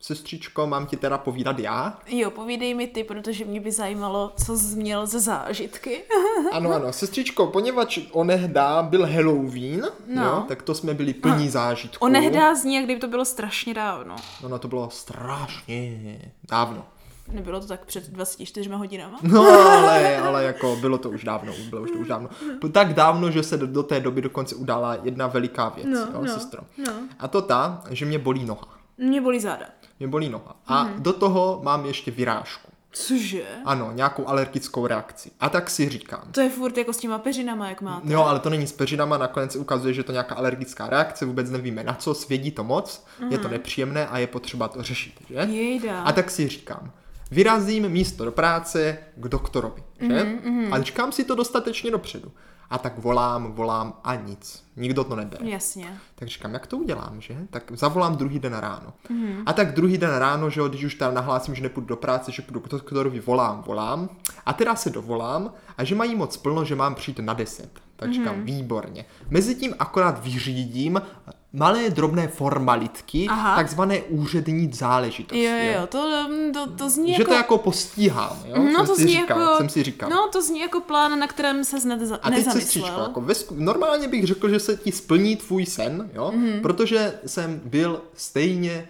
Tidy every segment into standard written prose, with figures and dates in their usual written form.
sestřičko, mám ti teda povídat já? Jo, povídej mi ty, protože mě by zajímalo, co jsi měl ze zážitky. Ano, sestřičko, poněvadž onehdá byl Halloween, jo, tak to jsme byli plní zážitků. Onehdá zní, jak kdyby to bylo strašně dávno. No, to bylo strašně dávno. Nebylo to tak před 24 hodinama? No, ale jako bylo to už dávno. Tak dávno, že se do té doby dokonce udála jedna veliká věc, sestro. No. A to ta, že mě bolí noha. Mě bolí záda. Mě bolí noha. A do toho mám ještě vyrážku. Cože? Ano, nějakou alergickou reakci. A tak si říkám. To je furt jako s těma peřinama, jak máte. Jo, ale to není s peřinama, nakonec se ukazuje, že to nějaká alergická reakce, vůbec nevíme na co, svědí to moc, je to nepříjemné a je potřeba to řešit, že? Jejda. A tak si říkám, vyrazím místo do práce k doktorovi, že? A říkám si to dostatečně dopředu. A tak volám a nic. Nikdo to nebere. Jasně. Tak říkám, jak to udělám, že? Tak zavolám druhý den ráno. A tak druhý den ráno, že když už tam nahlásím, že nepůjdu do práce, že půjdu k doktorovi, volám. A teda se dovolám a že mají moc plno, že mám přijít na 10. Tak říkám, výborně. Mezitím akorát vyřídím malé drobné formalitky, takzvané úřední záležitosti. Jo, to zní že jako... to jako postíhám, jo? No, Jsem si říkal. No, to zní jako plán, na kterém ses A teď sestřičko, jako normálně bych řekl, že se ti splní tvůj sen, jo? Protože jsem byl stejně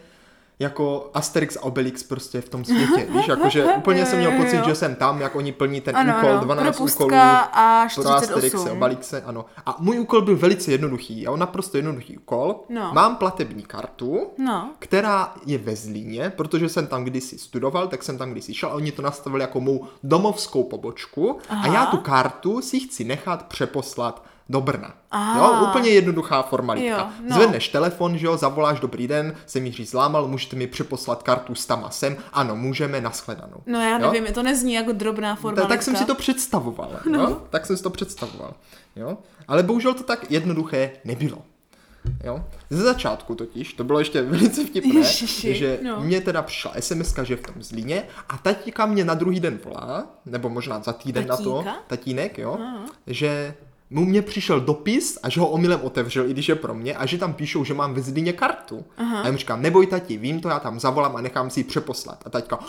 jako Asterix a Obelix prostě v tom světě, víš, jakože úplně jsem měl pocit, že jsem tam, jak oni plní ten úkol, 12 úkolů a pro Asterixe, Obelixe, ano. A můj úkol byl velice jednoduchý, naprosto jednoduchý úkol. Mám platební kartu, která je ve Zlíně, protože jsem tam kdysi studoval, tak jsem tam kdysi šel a oni to nastavili jako mou domovskou pobočku a já tu kartu si chci nechat přeposlat do Brna. Jo, úplně jednoduchá formalitka. Zvedneš telefon, že jo, zavoláš, dobrý den, jsem Jiří Zlámal, můžete mi přeposlat kartu s tam a sem? Ano, můžeme, nashledanou. No já nevím, to nezní jako drobná formalitka. Tak jsem si to představoval, jo? Tak jsem si to představoval, jo? Ale bohužel to tak jednoduché nebylo. Jo? Ze začátku totiž, to bylo ještě velice vtipné, že mě teda přišla SMS-ka, že v tom Zlíně a tatíka mě na druhý den volá, nebo možná za týden na to, tatínek, jo, že mu mě přišel dopis a že ho omylem otevřel, i když je pro mě, a že tam píšou, že mám ve Zlíně kartu. A já mu říkám, neboj tati, vím to, já tam zavolám a nechám si ji přeposlat. A taťka,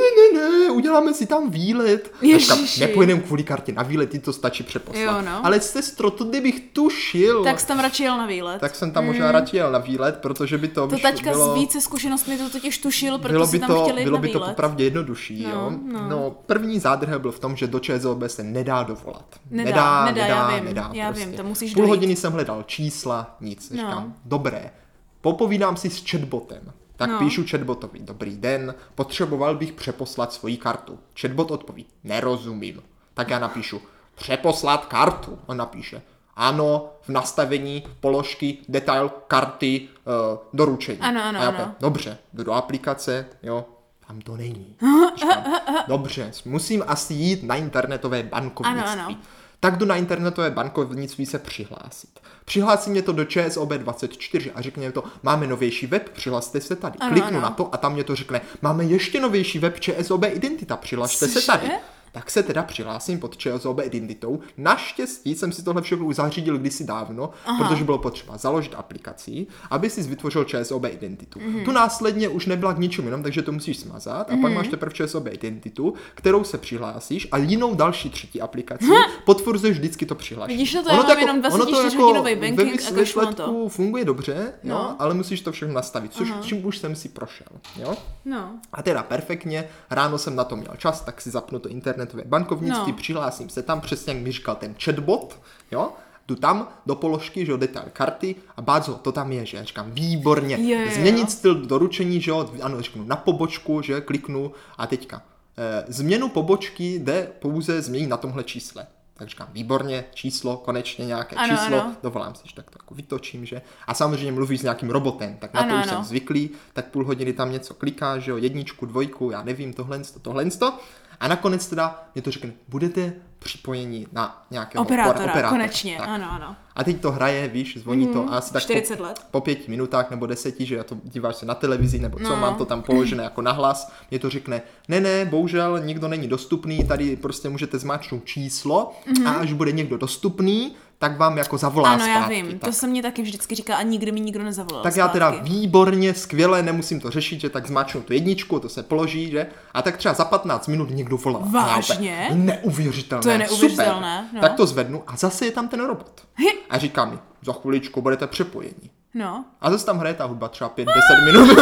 ne, uděláme si tam výlet. A říkám, nepojedem kvůli kartě na výlet, ti to stačí přeposlat. Ale sestro, to kdybych tušil. Tak jsi tam radši jel na výlet. Tak jsem tam možná radši jel na výlet, protože by to taťka bylo, s více zkušenostmi to totiž tušil, protože si tam chtěli jít na výlet. Bylo by to popravdě jednodušší, jo. No, první zádrhel byl v tom, že do ČSOB se nedá dovolat. Nedá, já prostě. vím, to musíš Půl hodiny jsem hledal čísla, nic. Říkám, dobré, popovídám si s chatbotem. Tak píšu chatbotovi, dobrý den, potřeboval bych přeposlat svoji kartu. Chatbot odpoví, nerozumím. Tak já napíšu, přeposlat kartu. On napíše, ano, v nastavení položky, detail karty, doručení. Ano. Dobře, jdu do aplikace, jo, tam to není. Říkám, dobře, musím asi jít na internetové bankovnictví. Ano. Tak jdu na internetové bankovnictví se přihlásit. Přihlásí mě to do ČSOB24 a řekne to, máme novější web, přihlaste se tady. Kliknu na to a tam mě to řekne, máme ještě novější web ČSOB Identita, přihlašte se tady. Tak se teda přihlásím pod ČSOB Identitou. Naštěstí jsem si tohle všechno už zařídil kdysi dávno, protože bylo potřeba založit aplikaci, aby si vytvořil ČSOB Identitu. Tu následně už nebyla k ničemu jenom, takže to musíš smazat a pak máš teprve ČSOB Identitu, kterou se přihlásíš a jinou další třetí aplikaci potvrzuješ vždycky to přihlášení. Vidíš to, já mám jenom 24-hodinový banking a kašlu na to. Funguje dobře, jo, ale musíš to všechno nastavit, což čím už jsem si prošel, jo. A teda perfektně, ráno jsem na to měl čas, tak si zapnu to internetové bankovnictví, přihlásím se tam, přesně jak mi říkal ten chatbot, jo, jdu tam do položky, že jo, detail karty a bázo, to tam je, že já říkám, výborně, změnit styl doručení, že jo, ano, řeknu na pobočku, že kliknu a teďka, změnu pobočky jde pouze změnit na tomhle čísle. Tak říkám, výborně, číslo, konečně nějaké číslo, dovolám si, že tak to jako vytočím, že? A samozřejmě mluvíš s nějakým robotem, tak na to už jsem zvyklý, tak půl hodiny tam něco kliká, že jo, 1, 2, já nevím, tohle. A nakonec teda mě to řekne, budete připojení na nějakého operátora. Konečně, tak. Ano. A teď to hraje, víš, zvoní to a asi tak 40 let. po 5 minutách nebo 10, že já to díváš se na televizi nebo co, mám to tam položené jako nahlas, mě to řekne, ne, bohužel nikdo není dostupný, tady prostě můžete zmáčknout číslo a až bude někdo dostupný, tak vám jako zavolá ano, zpátky. Já vím, tak. To se mě taky vždycky říká a nikdy mi nikdo nezavolal tak zpátky. Já teda výborně, skvěle, nemusím to řešit, že tak zmáčknu tu jedničku, to se položí, že? A tak třeba za 15 minut někdo volá. Vážně? Neuvěřitelné. To je neuvěřitelné. Super. No. Tak to zvednu a zase je tam ten robot. A říká mi, za chviličku budete přepojení. No. A zase tam hraje ta hudba třeba 5-10 minut.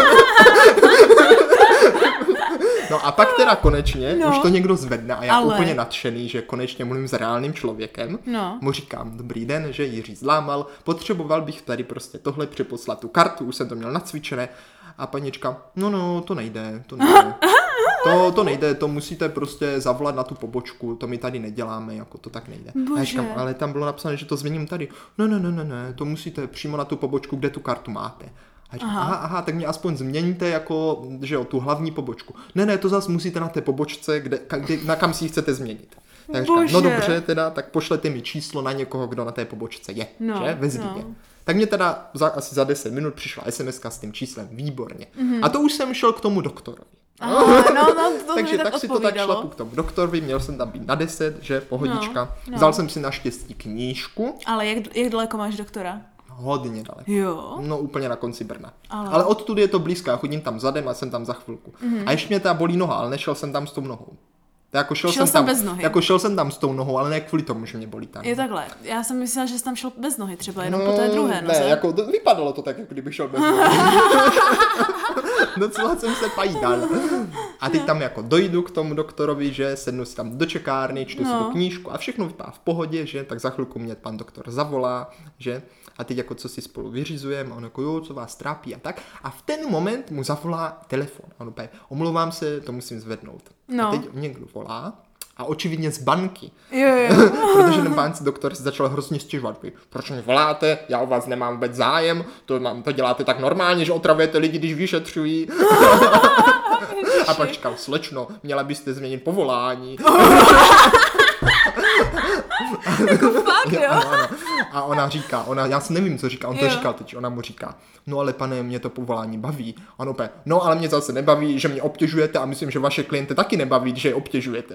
No a pak teda konečně už to někdo zvedne a já úplně nadšený, že konečně mluvím s reálným člověkem. Mu říkám, dobrý den, že Jiří zlámal, potřeboval bych tady prostě tohle přeposlat tu kartu, už jsem to měl nacvičené. A panička, no, to nejde. To nejde, to musíte prostě zavolat na tu pobočku, to my tady neděláme, jako to tak nejde. A já říkám, ale tam bylo napsané, že to změním tady. Ne, to musíte přímo na tu pobočku, kde tu kartu máte. A říkám, aha, tak mě aspoň změníte jako, že jo, tu hlavní pobočku. Ne, to zase musíte na té pobočce, na kam si ji chcete změnit. Tak říkám, no dobře, teda, tak pošlete mi číslo na někoho, kdo na té pobočce je, že? Ve Zlíně. Tak mě teda asi za 10 minut přišla SMS-ka s tím číslem, výborně. A to už jsem šel k tomu doktorovi. Takže tak si to tak šlapu k tomu doktorovi, měl jsem tam být na 10, že, pohodička. Vzal jsem si naštěstí knížku. Ale jak daleko máš doktora? Hodně daleko. Jo. No úplně na konci Brna. Ale odtud je to blízko, já chodím tam zadem a jsem tam za chvilku. A ještě mě teda bolí noha, ale nešel jsem tam s tou nohou. Šel jsem tam s tou nohou, ale ne kvůli tomu, že mě bolí ta noha. Je takhle. Já jsem myslela, že jsi tam šel bez nohy, třeba jenom po té druhé noze. Ne, jako vypadalo to tak, jako kdybych šel bez nohy. Docela jsem se pajídal. A teď tam jako dojdu k tomu doktorovi, že sednu si tam do čekárny, čtu si tu knížku a všechno vypadá v pohodě, že tak za chvilku mě pan doktor zavolá, že a teď jako co si spolu vyřizujeme, on jako jo, co vás trápí a tak. A v ten moment mu zavolá telefon. A on opět, omlouvám se, to musím zvednout. A teď někdo volá a očividně z banky. Jo. Protože ten pán doktor se začal hrozně stěžovat. Proč mi voláte? Já o vás nemám vůbec zájem. To děláte tak normálně, že otravujete lidi, když vyšetřují. A pak říkal, slečno, měla byste změnit povolání. Jako fakt, jo? Ano. A ona říká, já si nevím, co říká, on to říkal teď, ona mu říká, no ale pane, mě to povolání baví. A on opět, no ale mě zase nebaví, že mě obtěžujete a myslím, že vaše klienty taky nebaví, že je obtěžujete.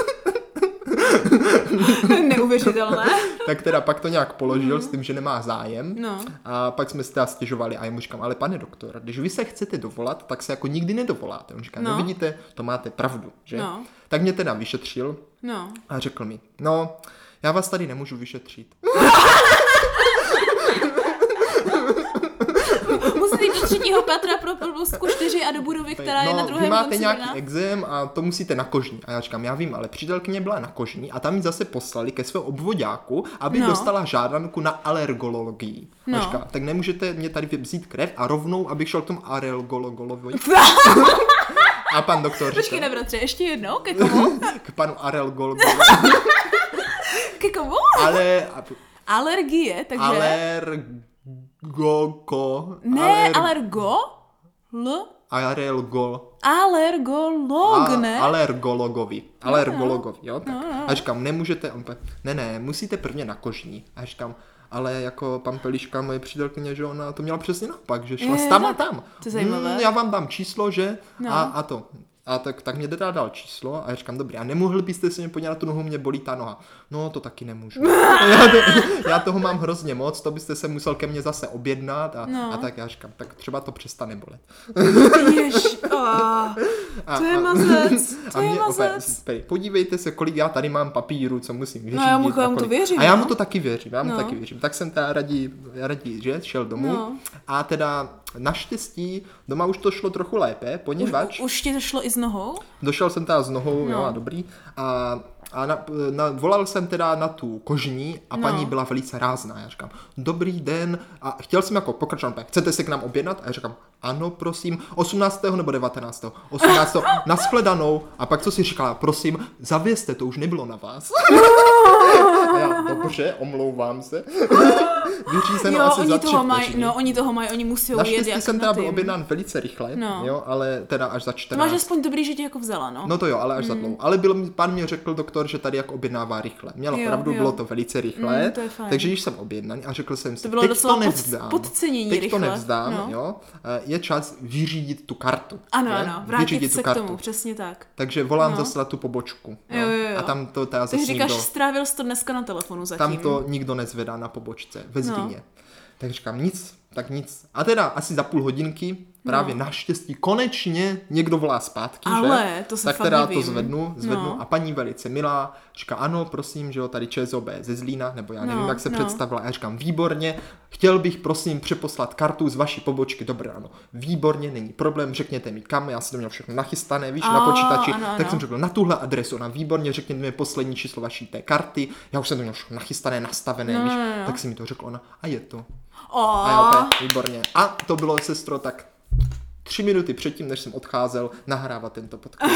Neuvěřitelné. Tak teda pak to nějak položil s tím, že nemá zájem. A pak jsme si teda stěžovali a já mu říkám, ale pane doktor, když vy se chcete dovolat, tak se jako nikdy nedovoláte. On říká, no vidíte, to máte pravdu, že? Tak mě teda vyšetřil a řekl mi, no, já vás tady nemůžu vyšetřit. Musíte jít do 3. patra pro propustku 4 a do budovy, která je na druhém vy máte nějaký exém a to musíte na Kožní. A já říkám, já vím, ale přítelkyně byla na Kožní a tam ji zase poslali ke svému obvoďáku, aby dostala žádanku na alergologii. A říká, tak nemůžete mě tady vzít krev a rovnou, abych šel k tomu alergologovi. A pan doktor říká... Počkej, nebratře, ještě jednou, ke komu? K panu alergologovi. Ke komu? Alergie, takže... Alergologovi, jo. Tak. A říkám, nemůžete, ne, musíte prvně na Kožní. A říkám, ale jako pan Peliška, moje přítelkyně, že ona to měla přesně naopak, že šla tam a tam. To je zajímavé. Já vám dám číslo, že? A to. A tak mě teda dal číslo a já říkám, dobrý, a nemohli byste se mě podívat na tu nohu, mě bolí ta noha. No, to taky nemůžu. Já toho mám hrozně moc, to byste se musel ke mně zase objednat a tak já říkám, tak třeba to přestane bolet. To je mazec, podívejte se, kolik já tady mám papíru, co musím vyřídit. No, já mu to věřím. A já mu to taky věřím, Tak jsem teda raději, že šel domů a teda naštěstí doma už to šlo trochu lépe, poněvadž... Už ti to šlo i s nohou? Došel jsem teda s nohou, jo, a dobrý. A volal jsem teda na tu Kožní a paní byla velice rázná. Já říkám, dobrý den. A chtěl jsem jako pokračovat, chcete se k nám objednat? A já říkám, ano, prosím, 18. nebo 19. 18. Nashledanou. A pak co si říkala, prosím, zavězte, to už nebylo na vás. A já, dobře, omlouvám se. Vyřízeno asi za 3 vteřiny. Oni toho mají, oni musí ujet. Naštěstí jsem teda byl objednán velice rychle, jo, ale teda až za 14. To máš aspoň dobrý, že tě jako vzala, no. No to jo, ale až za dlouho. Ale pan mě řekl doktor, že tady jako objednává rychle. Měla pravdu, bylo to velice rychle. Takže když jsem objednaný a řekl jsem si, to bylo teď to nevzdám. Teď to nevzdám, jo. Je čas vyřídit tu kartu. Ano, vrátit se k tomu, přesně tak. Takže volám zase na tu pobočku. A tam to zase Ty říkáš, strávil jsi to dneska na telefonu zatím. Tam to nikdo nezvedá na pobočce, ve Zlíně. Tak říkám, nic. A teda asi za půl hodinky právě naštěstí konečně někdo volá zpátky, ale že? To se tak fakt teda nevím. to zvednu a paní velice milá říká, ano, prosím, že jo, tady ČSOB ze Zlína, nebo já nevím, jak se představila. Já říkám, výborně, chtěl bych prosím přeposlat kartu z vaší pobočky, dobré ráno. Výborně, není problém, řekněte mi kam, já si to měl všechno nachystané, víš, na počítači, tak jsem řekl, na tuhle adresu, ona výborně, řekněte mi poslední číslo vaší té karty, já už jsem to měl všechno nachystané, nastavené, víš, tak si mi to řekl ona, a je to. A já opět, výborně. A to bylo, sestro, tak 3 minuty předtím, než jsem odcházel nahrávat tento podcast.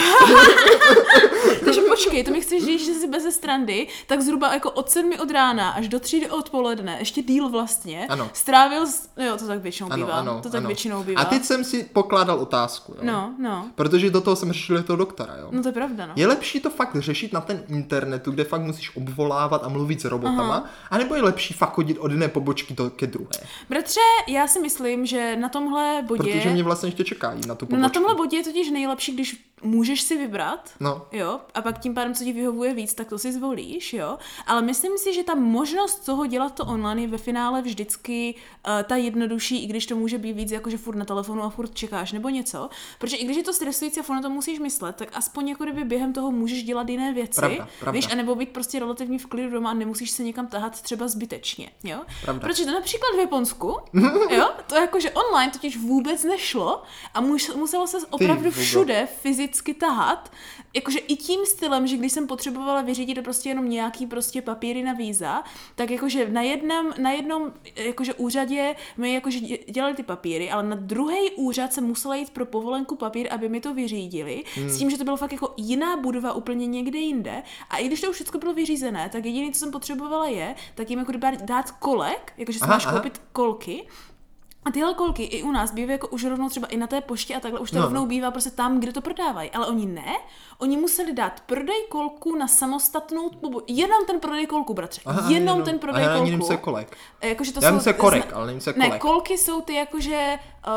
Takže počkej, to mi chceš říct, že jsi bez strandy, tak zhruba jako od 7 od rána až do 3 odpoledne, ještě díl vlastně, strávil, jo, to tak většinou bývá. A teď jsem si pokládal otázku, jo. No. Protože do toho jsem řešil toho doktora, jo. No to je pravda, no. Je lepší to fakt řešit na ten internetu, kde fakt musíš obvolávat a mluvit s robotama, anebo je lepší fakt chodit od jedné pobočky ke druhé? Bratře, já si myslím, že na tomhle bodě... Protože mě vlastně ještě čekají na tu pobočku. Na tomhle bodě je totiž nejlepší, když můžeš si vybrat, jo, a pak tím pádem, co ti vyhovuje víc, tak to si zvolíš, jo, ale myslím si, že ta možnost toho dělat to online je ve finále vždycky ta jednodušší, i když to může být víc jako, že furt na telefonu a furt čekáš nebo něco, protože i když je to stresující a furt na to musíš myslet, tak aspoň jako kdyby během toho můžeš dělat jiné věci, pravda. víš, anebo být prostě relativně v klidu doma a nemusíš se někam tahat třeba zbytečně, jo, protože to například v Japonsku, jo, to jako, že online totiž vůbec nešlo a muselo se opravdu všude fyzicky tahat, jakože i tím stylem, že když jsem potřebovala vyřídit prostě jenom nějaký prostě papíry na víza, tak jakože na jednom jakože úřadě mi jakože dělali ty papíry, ale na druhý úřad jsem musela jít pro povolenku papír, aby mi to vyřídili, s tím, že to bylo fakt jako jiná budova úplně někde jinde a i když to už všechno bylo vyřízené, tak jediné, co jsem potřebovala tak jim jako dát kolek, jakože si máš koupit kolky. A tyhle kolky i u nás bývají jako už rovnou třeba i na té poště a takhle už to rovnou bývá prostě tam, kde to prodávají. Ale oni ne, oni museli dát prodej kolku na samostatnou jenom ten prodej kolku, bratře. Jenom ten prodej kolku. A já nevím, co je kolek. Jakože to já myslím korek, ale nevím, co je kolek. Ne, kolky jsou ty jakože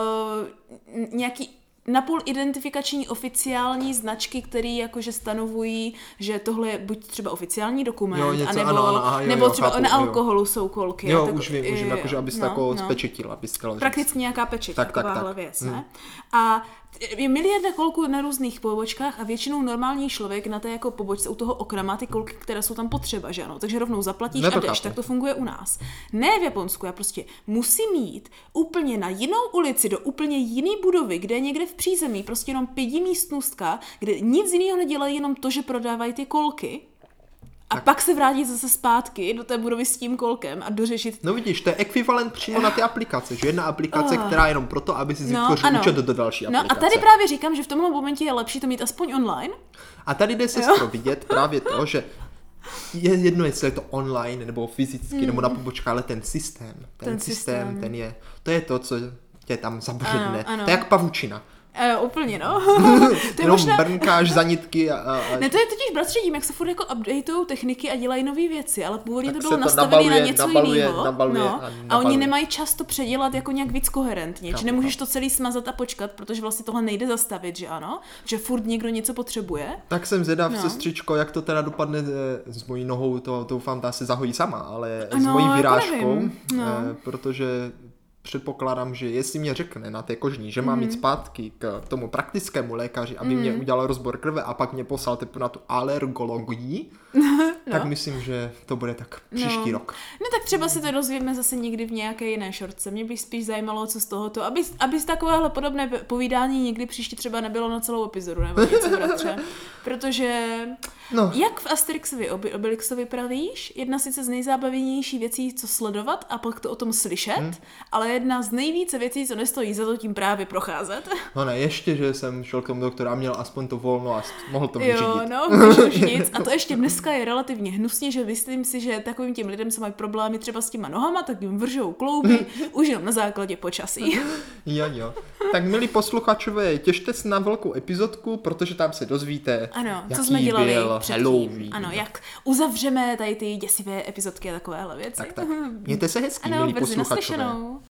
nějaký napůl identifikační oficiální značky, které jakože stanovují, že tohle je buď třeba oficiální dokument, nebo třeba chápu, na alkoholu jsou kolky. Jo, tak, už vím, jakože abys jako spečetila. Prakticky nějaká pečeť, takováhle věc, ne? A je miliarda kolků na různých pobočkách a většinou normální člověk na té jako pobočce u toho okna má ty kolky, které jsou tam potřeba, že ano? Takže rovnou zaplatíš a jdeš, tak to funguje u nás. Ne v Japonsku, já prostě musím jít úplně na jinou ulici, do úplně jiné budovy, kde je někde v přízemí, prostě jenom 5místnostka, kde nic jiného nedělají, jenom to, že prodávají ty kolky. A pak se vrátit zase zpátky do té budovy s tím kolkem a dořešit... No vidíš, to je ekvivalent přímo na ty aplikace, že jedna aplikace, která je jenom proto, aby si vytvořil účet do další aplikace. No a tady právě říkám, že v tomhle momentě je lepší to mít aspoň online. A tady jde sestro vidět právě to, že je jedno, jestli je to online nebo fyzicky nebo na pobočkách, ale ten systém, to je to, co tě tam zabředne. To je jak pavučina. Úplně, no. To je možná... brnkáš za nitky Ne, to je totiž, bratře, tím, jak se furt jako updateujou techniky a dělají nové věci, ale původně to bylo nastavené na něco jiného. A oni nemají čas to předělat jako nějak víc koherentně. Či nemůžeš to celý smazat a počkat, protože vlastně tohle nejde zastavit, že ano? Že furt někdo něco potřebuje. Tak jsem zvědav, sestřičko, jak to teda dopadne s mojí nohou, to doufám, ta se zahojí sama, ale s mojí vyrážkou, protože předpokládám, že jestli mě řekne na té kožní, že mám jít zpátky k tomu praktickému lékaři, aby mě udělal rozbor krve a pak mě poslal na tu alergologii, tak myslím, že to bude tak příští rok. No tak třeba si to dozvíme zase někdy v nějaké jiné šortce. Mě by spíš zajímalo, co z tohoto, aby z takovéhle podobné povídání někdy příště třeba nebylo na celou epizodu, nebo něco, bratře. Protože jak v Asterixovi Obelixovi pravíš, jedna sice z nejzábavnějších věcí, co sledovat a pak to o tom slyšet, ale jedna z nejvíce věcí, co nestojí za to tím právě procházet. No ne, ještě, že jsem šel k tomu doktora a měl aspoň to volno a mohl to vyřídit. Jo, no, už nic. A to ještě dneska je relativně hnusně, že myslím si, že takovým těm lidem, co mají problémy třeba s těma nohama, tak jim vržou klouby už jenom na základě počasí. Jo. Tak milí posluchačové, těšte se na velkou epizodku, protože tam se dozvíte, co jsme dělali předtím. Ano, jak uzavřeme tady ty děsivé epizodky a takovéhle věci. Tak. Mějte se hezky, milí posluchačové.